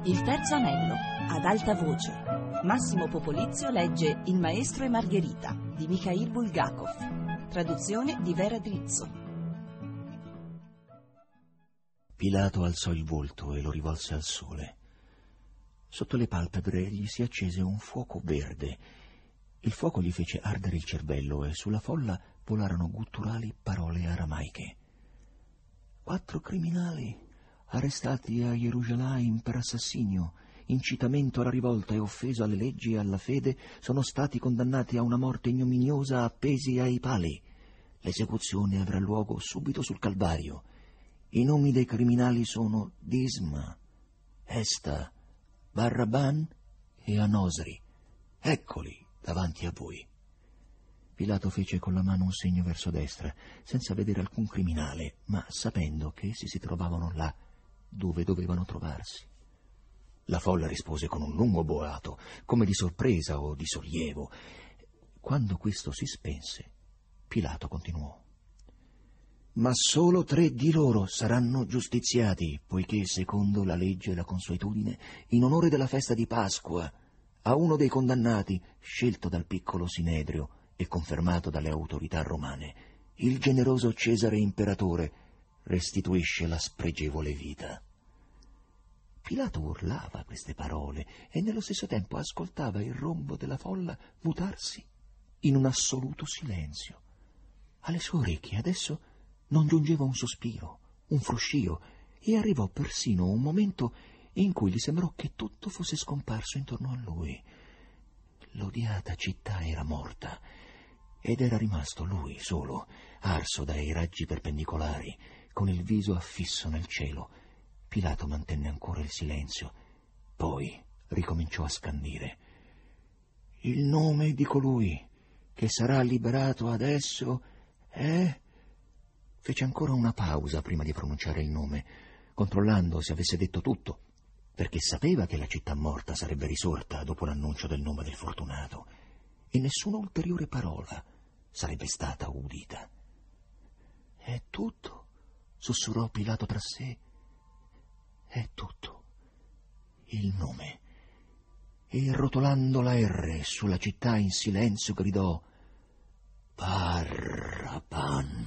Il terzo anello, ad alta voce. Massimo Popolizio legge Il maestro e Margherita di Mikhail Bulgakov. Traduzione di Vera Drizzo. Pilato alzò il volto e lo rivolse al sole. Sotto le palpebre gli si accese un fuoco verde. Il fuoco gli fece ardere il cervello e sulla folla volarono gutturali parole aramaiche. 4 criminali arrestati a Gerusalemme per assassinio, incitamento alla rivolta e offesa alle leggi e alla fede, sono stati condannati a una morte ignominiosa appesi ai pali. L'esecuzione avrà luogo subito sul Calvario. I nomi dei criminali sono Disma, Esta, Barraban e Anosri. Eccoli davanti a voi. Pilato fece con la mano un segno verso destra, senza vedere alcun criminale, ma sapendo che essi si trovavano là dove dovevano trovarsi. La folla rispose con un lungo boato, come di sorpresa o di sollievo. Quando questo si spense, Pilato continuò: «Ma solo 3 di loro saranno giustiziati, poiché, secondo la legge e la consuetudine, in onore della festa di Pasqua, a uno dei condannati, scelto dal piccolo Sinedrio e confermato dalle autorità romane, il generoso Cesare Imperatore restituisce la spregevole vita». Pilato urlava queste parole e nello stesso tempo ascoltava il rombo della folla mutarsi in un assoluto silenzio. Alle sue orecchie adesso non giungeva un sospiro, un fruscio, e arrivò persino un momento in cui gli sembrò che tutto fosse scomparso intorno a lui. L'odiata città era morta ed era rimasto lui solo, arso dai raggi perpendicolari, con il viso affisso nel cielo. Pilato mantenne ancora il silenzio, poi ricominciò a scandire: «Il nome di colui che sarà liberato adesso è...» Fece ancora una pausa prima di pronunciare il nome, controllando se avesse detto tutto, perché sapeva che la città morta sarebbe risorta dopo l'annuncio del nome del fortunato, e nessuna ulteriore parola sarebbe stata udita. «È tutto», sussurrò Pilato tra sé. «È tutto. Il nome». E rotolando la R sulla città in silenzio gridò: «Barraban».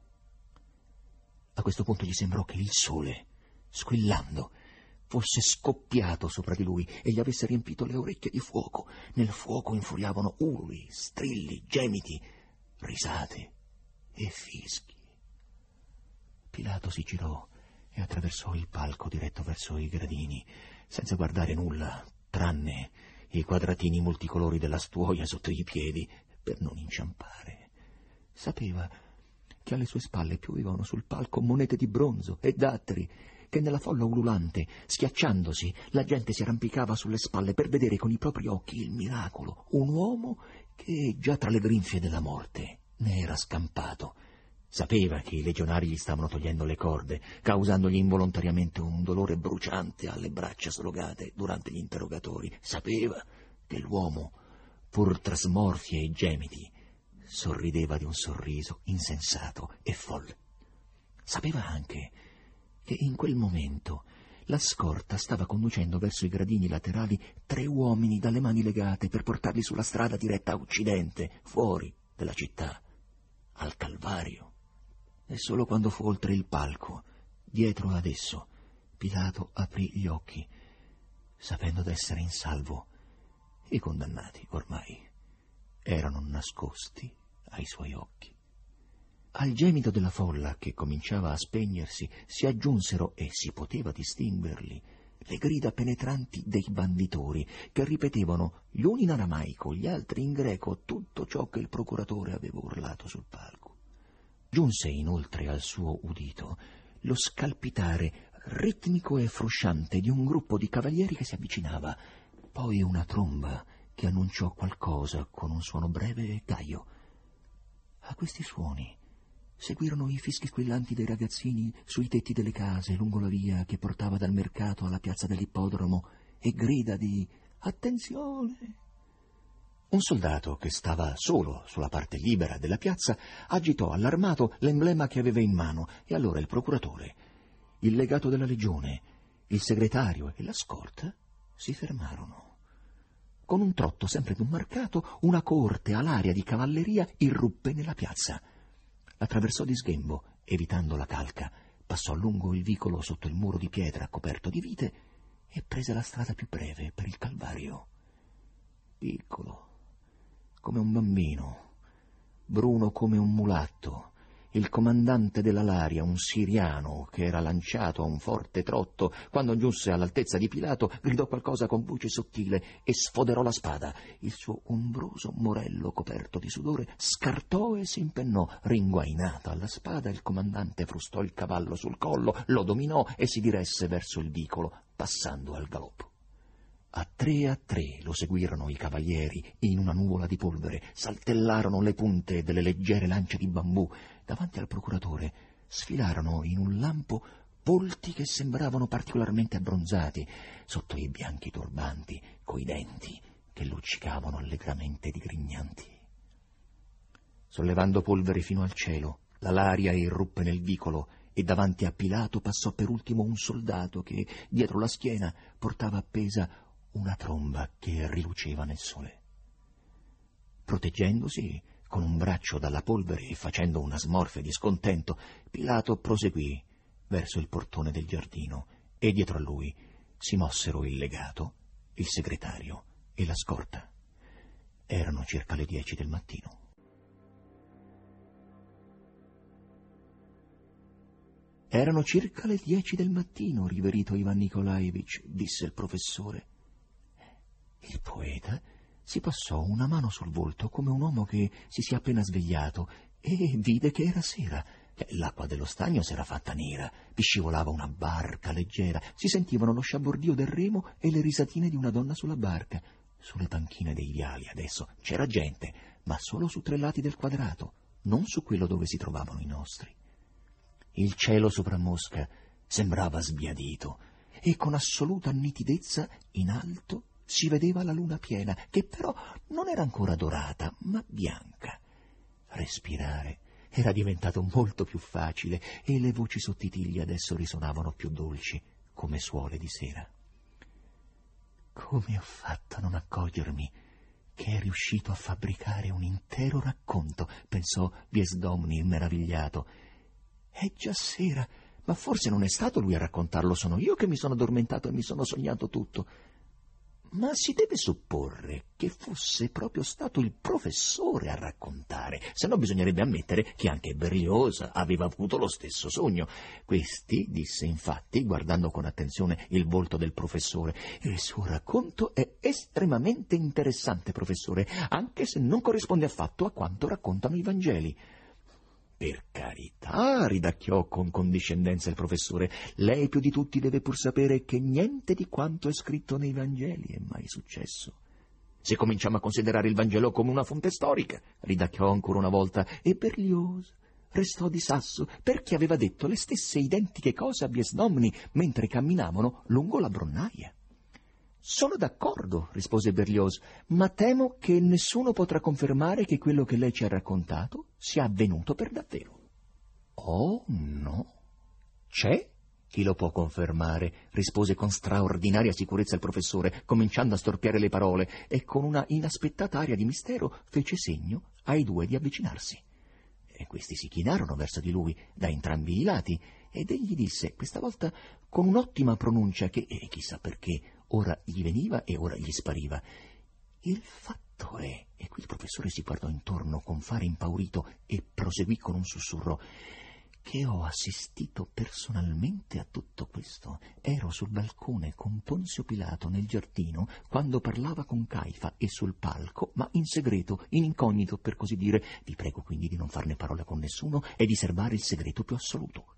A questo punto gli sembrò che il sole, squillando, fosse scoppiato sopra di lui e gli avesse riempito le orecchie di fuoco. Nel fuoco infuriavano urli, strilli, gemiti, risate e fischi. Pilato si girò e attraversò il palco diretto verso i gradini, senza guardare nulla, tranne i quadratini multicolori della stuoia sotto i piedi, per non inciampare. Sapeva che alle sue spalle piovevano sul palco monete di bronzo e datteri, che nella folla ululante, schiacciandosi, la gente si arrampicava sulle spalle per vedere con i propri occhi il miracolo, un uomo che, già tra le grinfie della morte, ne era scampato. Sapeva che i legionari gli stavano togliendo le corde, causandogli involontariamente un dolore bruciante alle braccia slogate durante gli interrogatori. Sapeva che l'uomo, pur tra smorfie e gemiti, sorrideva di un sorriso insensato e folle. Sapeva anche che in quel momento la scorta stava conducendo verso i gradini laterali 3 uomini dalle mani legate per portarli sulla strada diretta a Occidente, fuori della città, al Calvario. E solo quando fu oltre il palco, dietro ad esso, Pilato aprì gli occhi, sapendo d'essere in salvo. I condannati, ormai, erano nascosti ai suoi occhi. Al gemito della folla, che cominciava a spegnersi, si aggiunsero, e si poteva distinguerli, le grida penetranti dei banditori, che ripetevano, gli uni in aramaico, gli altri in greco, tutto ciò che il procuratore aveva urlato sul palco. Giunse inoltre al suo udito lo scalpitare ritmico e frusciante di un gruppo di cavalieri che si avvicinava, poi una tromba che annunciò qualcosa con un suono breve e gaio. A questi suoni seguirono i fischi squillanti dei ragazzini sui tetti delle case lungo la via che portava dal mercato alla piazza dell'ippodromo e grida di «Attenzione!». Un soldato che stava solo sulla parte libera della piazza agitò allarmato l'emblema che aveva in mano, e allora il procuratore, il legato della legione il segretario e la scorta si fermarono. Con un trotto sempre più marcato, una coorte alaria di cavalleria irruppe nella piazza. Attraversò di sghembo, evitando la calca, passò lungo il vicolo sotto il muro di pietra coperto di vite e prese la strada più breve per il Calvario. Piccolo, come un bambino, bruno come un mulatto, il comandante della Laria, un siriano che era lanciato a un forte trotto, quando giunse all'altezza di Pilato, gridò qualcosa con voce sottile e sfoderò la spada. Il suo ombroso morello coperto di sudore scartò e si impennò. Ringuainato alla spada, il comandante frustò il cavallo sul collo, lo dominò e si diresse verso il vicolo, passando al galoppo. A tre lo seguirono i cavalieri in una nuvola di polvere, saltellarono le punte delle leggere lance di bambù. Davanti al procuratore sfilarono in un lampo volti che sembravano particolarmente abbronzati sotto i bianchi turbanti, coi denti che luccicavano allegramente digrignanti. Sollevando polvere fino al cielo, la Laria irruppe nel vicolo e davanti a Pilato passò per ultimo un soldato che, dietro la schiena, portava appesa una tromba che riluceva nel sole. Proteggendosi con un braccio dalla polvere e facendo una smorfia di scontento, Pilato proseguì verso il portone del giardino e dietro a lui si mossero il legato, il segretario e la scorta. Erano circa le 10 del mattino. Erano circa le 10 del mattino, riverito Ivan Nikolaevich, disse il professore. Il poeta si passò una mano sul volto come un uomo che si sia appena svegliato e vide che era sera. L'acqua dello stagno s'era fatta nera, vi scivolava una barca leggera, si sentivano lo sciabordio del remo e le risatine di una donna sulla barca. Sulle panchine dei viali adesso c'era gente, ma solo su 3 lati del quadrato, non su quello dove si trovavano i nostri. Il cielo sopra Mosca sembrava sbiadito e con assoluta nitidezza in alto si vedeva la luna piena, che però non era ancora dorata, ma bianca. Respirare era diventato molto più facile e le voci sottitiglie adesso risonavano più dolci, come suole di sera. Come ho fatto a non accorgermi che è riuscito a fabbricare un intero racconto, pensò Biesdomni meravigliato. È già sera, ma forse non è stato lui a raccontarlo, sono io che mi sono addormentato e mi sono sognato tutto. Ma si deve supporre che fosse proprio stato il professore a raccontare, se no bisognerebbe ammettere che anche Berlioz aveva avuto lo stesso sogno. Questi, disse infatti, guardando con attenzione il volto del professore, il suo racconto è estremamente interessante, professore, anche se non corrisponde affatto a quanto raccontano i Vangeli. Per carità, ridacchiò con condiscendenza il professore, lei più di tutti deve pur sapere che niente di quanto è scritto nei Vangeli è mai successo. Se cominciamo a considerare il Vangelo come una fonte storica, ridacchiò ancora una volta, e Berlioz restò di sasso perché aveva detto le stesse identiche cose a Biesdomni mentre camminavano lungo la Bronnaia. Sono d'accordo, rispose Berlioz, ma temo che nessuno potrà confermare che quello che lei ci ha raccontato sia avvenuto per davvero. Oh, no. C'è chi lo può confermare, rispose con straordinaria sicurezza il professore, cominciando a storpiare le parole, e con una inaspettata aria di mistero fece segno ai 2 di avvicinarsi. E questi si chinarono verso di lui da entrambi i lati, ed egli disse, questa volta con un'ottima pronuncia che, chissà perché, ora gli veniva e ora gli spariva. Il fatto è, e qui il professore si guardò intorno con fare impaurito e proseguì con un sussurro, che ho assistito personalmente a tutto questo. Ero sul balcone con Ponzio Pilato nel giardino quando parlava con Caifa e sul palco, ma in segreto, in incognito per così dire. Vi prego quindi di non farne parola con nessuno e di serbare il segreto più assoluto.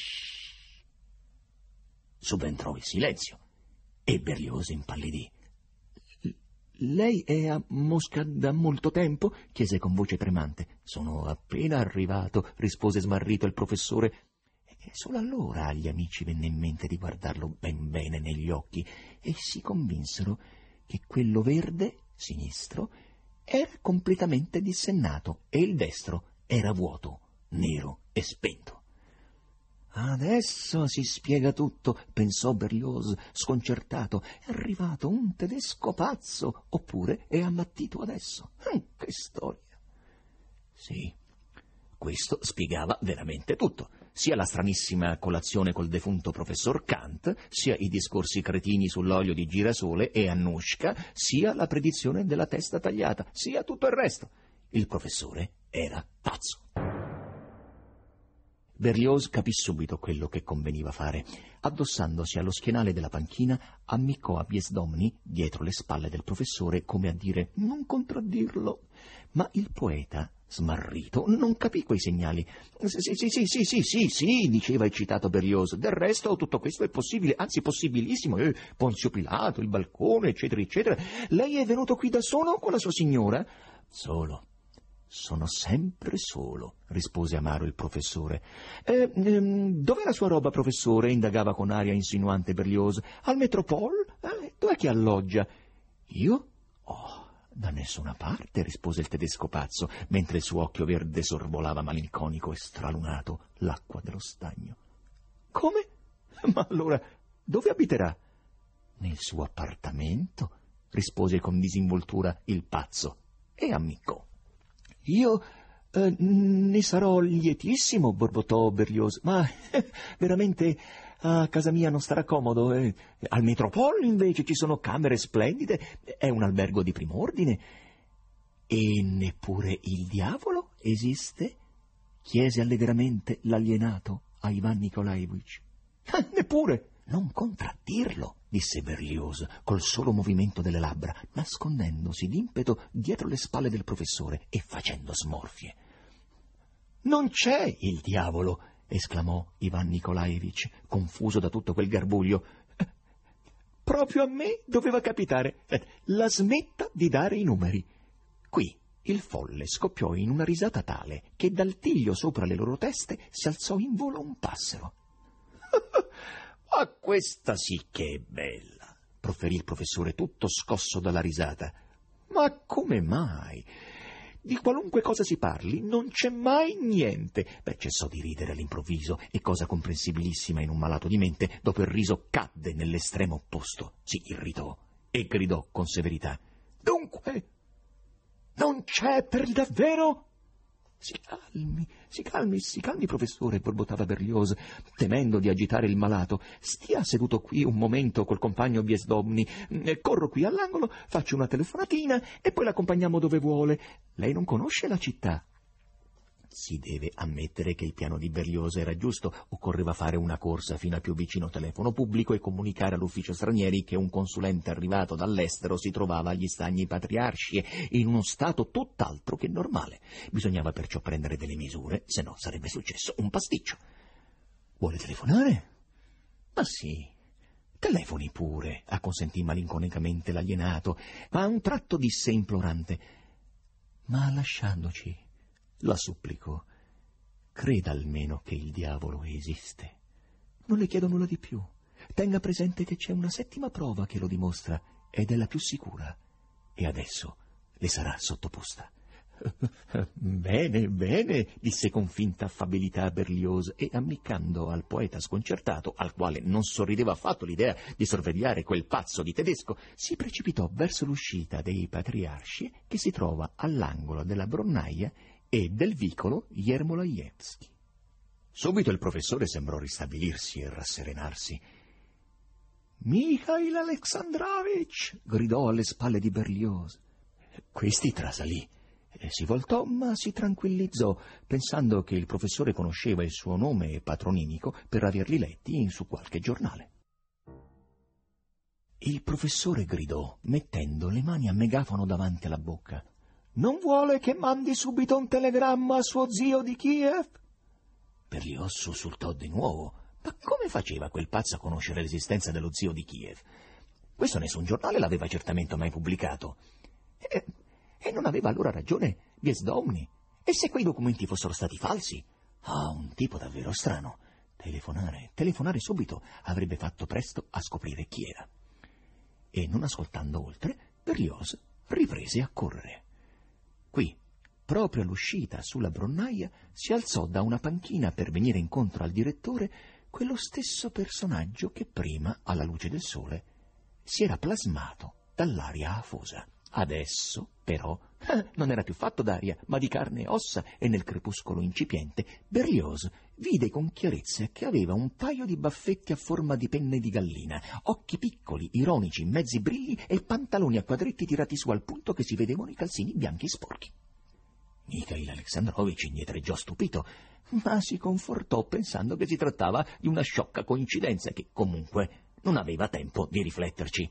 Subentrò il silenzio e Berlioz impallidì. «Lei è a Mosca da molto tempo?» chiese con voce tremante. «Sono appena arrivato», rispose smarrito il professore. E solo allora agli amici venne in mente di guardarlo ben bene negli occhi e si convinsero che quello verde, sinistro, era completamente dissennato e il destro era vuoto, nero e spento. Adesso si spiega tutto, pensò Berlioz, sconcertato. È arrivato un tedesco pazzo, oppure è ammattito adesso. Che storia! Sì, questo spiegava veramente tutto. Sia la stranissima colazione col defunto professor Kant, sia i discorsi cretini sull'olio di girasole e Annushka, sia la predizione della testa tagliata, sia tutto il resto. Il professore era pazzo. Berlioz capì subito quello che conveniva fare. Addossandosi allo schienale della panchina, ammiccò a Biesdomni dietro le spalle del professore, come a dire «non contraddirlo». Ma il poeta, smarrito, non capì quei segnali. Sì, diceva eccitato Berlioz. Del resto tutto questo è possibile, anzi possibilissimo. Ponzio Pilato, il balcone, eccetera, eccetera. Lei è venuto qui da solo o con la sua signora? Solo. Sono sempre solo, rispose amaro il professore. Dov'è la sua roba, professore? Indagava con aria insinuante Berlioz. Al Metropole? Dov'è che alloggia? Io? Oh, da nessuna parte, rispose il tedesco pazzo, mentre il suo occhio verde sorvolava malinconico e stralunato l'acqua dello stagno. Come? Ma allora dove abiterà? Nel suo appartamento, rispose con disinvoltura il pazzo e ammiccò. Io ne sarò lietissimo, borbottò Berlioz, ma veramente a casa mia non starà comodo. Al Metropole invece ci sono camere splendide, è un albergo di prim'ordine. E neppure il diavolo esiste? Chiese allegramente l'alienato a Ivan Nikolaevich. Neppure. Non contraddirlo, disse Berlioz col solo movimento delle labbra, nascondendosi d'impeto dietro le spalle del professore e facendo smorfie. Non c'è il diavolo, esclamò Ivan Nikolaevich, confuso da tutto quel garbuglio. Proprio a me doveva capitare. La smetta di dare i numeri. Qui il folle scoppiò in una risata tale che dal tiglio sopra le loro teste si alzò in volo un passero. «Ma questa sì che è bella», proferì il professore tutto scosso dalla risata. «Ma come mai? Di qualunque cosa si parli non c'è mai niente». Cessò di ridere all'improvviso, e cosa comprensibilissima in un malato di mente, dopo il riso cadde nell'estremo opposto, si irritò e gridò con severità. «Dunque, non c'è per davvero?» Si calmi, professore», borbottava Berlioz, temendo di agitare il malato. «Stia seduto qui un momento col compagno Biesdomni. Corro qui all'angolo, faccio una telefonatina e poi l'accompagniamo dove vuole. Lei non conosce la città?» Si deve ammettere che il piano di Berlioz era giusto. Occorreva fare una corsa fino al più vicino telefono pubblico e comunicare all'ufficio stranieri che un consulente arrivato dall'estero si trovava agli stagni Patriarci in uno stato tutt'altro che normale. Bisognava perciò prendere delle misure, se no sarebbe successo un pasticcio. «Vuole telefonare?» «Ma sì, telefoni pure», acconsentì malinconicamente l'alienato, ma a un tratto disse implorante: «Ma lasciandoci, la supplicò, creda almeno che il diavolo esiste. Non le chiedo nulla di più. Tenga presente che c'è una settima prova che lo dimostra ed è la più sicura. E adesso le sarà sottoposta». Bene, disse con finta affabilità Berlioz, e ammiccando al poeta sconcertato, al quale non sorrideva affatto l'idea di sorvegliare quel pazzo di tedesco, si precipitò verso l'uscita dei Patriarci, che si trova all'angolo della Bronnaia e del vicolo Yermolajevskij. Subito il professore sembrò ristabilirsi e rasserenarsi. «Michail Alexandrovich!» gridò alle spalle di Berlioz. Questi trasalì. Si voltò, ma si tranquillizzò, pensando che il professore conosceva il suo nome patronimico per averli letti su qualche giornale. Il professore gridò, mettendo le mani a megafono davanti alla bocca: «Non vuole che mandi subito un telegramma a suo zio di Kiev?» Berlioz sussultò di nuovo. Ma come faceva quel pazzo a conoscere l'esistenza dello zio di Kiev? Questo nessun giornale l'aveva certamente mai pubblicato. E non aveva allora ragione Biesdomni? E se quei documenti fossero stati falsi? Un tipo davvero strano. Telefonare subito avrebbe fatto presto a scoprire chi era. E non ascoltando oltre, Berlioz riprese a correre. Qui, proprio all'uscita sulla Bronnaia si alzò da una panchina per venire incontro al direttore quello stesso personaggio che prima, alla luce del sole, si era plasmato dall'aria afosa. Adesso, però, non era più fatto d'aria, ma di carne e ossa, e nel crepuscolo incipiente Berlioz vide con chiarezza che aveva un paio di baffetti a forma di penne di gallina, occhi piccoli, ironici, mezzi brilli e pantaloni a quadretti tirati su al punto che si vedevano i calzini bianchi sporchi. Michail Alexandrovich indietreggiò stupito, ma si confortò pensando che si trattava di una sciocca coincidenza che, comunque, non aveva tempo di rifletterci.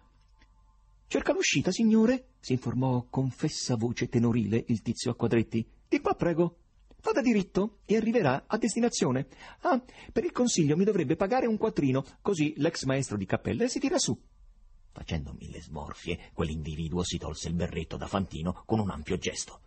«Cerca l'uscita, signore?» si informò con fessa voce tenorile il tizio a quadretti. «Di qua, prego. Vada diritto e arriverà a destinazione. Ah, per il consiglio mi dovrebbe pagare un quattrino, così l'ex maestro di cappella si tira su». Facendo 1000 smorfie, quell'individuo si tolse il berretto da fantino con un ampio gesto.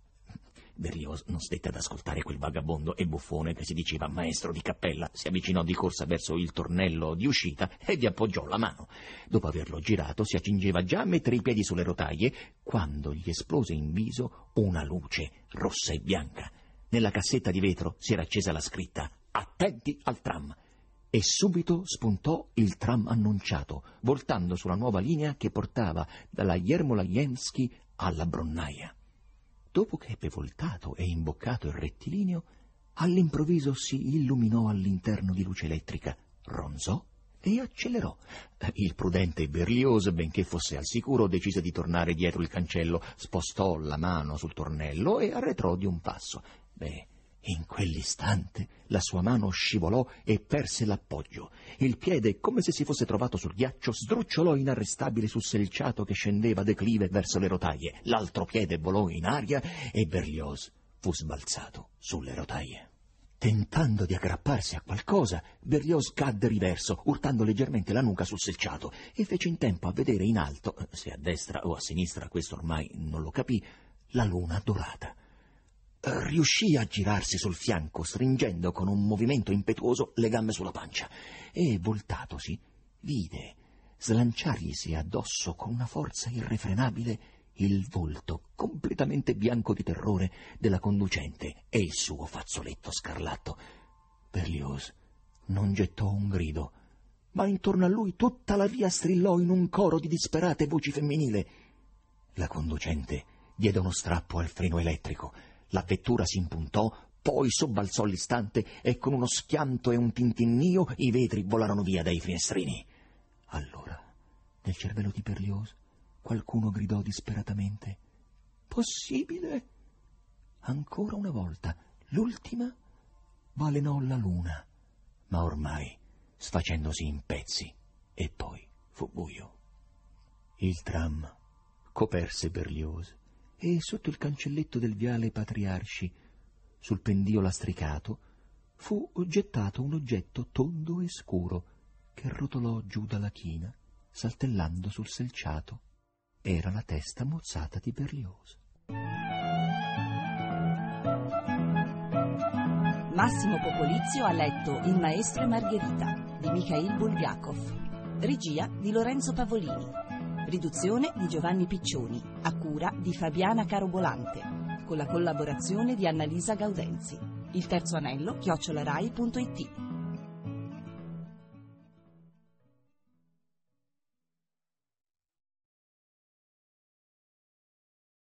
Berlioz non stette ad ascoltare quel vagabondo e buffone che si diceva maestro di cappella, si avvicinò di corsa verso il tornello di uscita e vi appoggiò la mano. Dopo averlo girato si accingeva già a mettere i piedi sulle rotaie quando gli esplose in viso una luce rossa e bianca. Nella cassetta di vetro si era accesa la scritta «Attenti al tram!» e subito spuntò il tram annunciato, voltando sulla nuova linea che portava dalla Yermolajenski alla Bronnaia. Dopo che ebbe voltato e imboccato il rettilineo, all'improvviso si illuminò all'interno di luce elettrica, ronzò e accelerò. Il prudente Berlioz, benché fosse al sicuro, decise di tornare dietro il cancello, spostò la mano sul tornello e arretrò di un passo. In quell'istante la sua mano scivolò e perse l'appoggio. Il piede, come se si fosse trovato sul ghiaccio, sdrucciolò inarrestabile sul selciato che scendeva declive verso le rotaie. L'altro piede volò in aria e Berlioz fu sbalzato sulle rotaie. Tentando di aggrapparsi a qualcosa, Berlioz cadde riverso, urtando leggermente la nuca sul selciato, e fece in tempo a vedere in alto, se a destra o a sinistra questo ormai non lo capì, la luna dorata. Riuscì a girarsi sul fianco, stringendo con un movimento impetuoso le gambe sulla pancia, e, voltatosi, vide slanciarglisi addosso con una forza irrefrenabile il volto completamente bianco di terrore della conducente e il suo fazzoletto scarlatto. Berlioz non gettò un grido, ma intorno a lui tutta la via strillò in un coro di disperate voci femminili. La conducente diede uno strappo al freno elettrico. La vettura si impuntò, poi sobbalzò all'istante e con uno schianto e un tintinnio i vetri volarono via dai finestrini. Allora, nel cervello di Berlioz, qualcuno gridò disperatamente: «Possibile?» Ancora una volta, l'ultima, balenò la luna, ma ormai sfacendosi in pezzi, e poi fu buio. Il tram coperse Berlioz e sotto il cancelletto del viale Patriarci, sul pendio lastricato, fu gettato un oggetto tondo e scuro che rotolò giù dalla china, saltellando sul selciato. Era la testa mozzata di Berlioz. Massimo Popolizio ha letto Il maestro e Margherita di Mikhail Bulgakov, regia di Lorenzo Pavolini. Riduzione di Giovanni Piccioni, a cura di Fabiana Carobolante, con la collaborazione di Annalisa Gaudenzi. Il terzo anello @rai.it.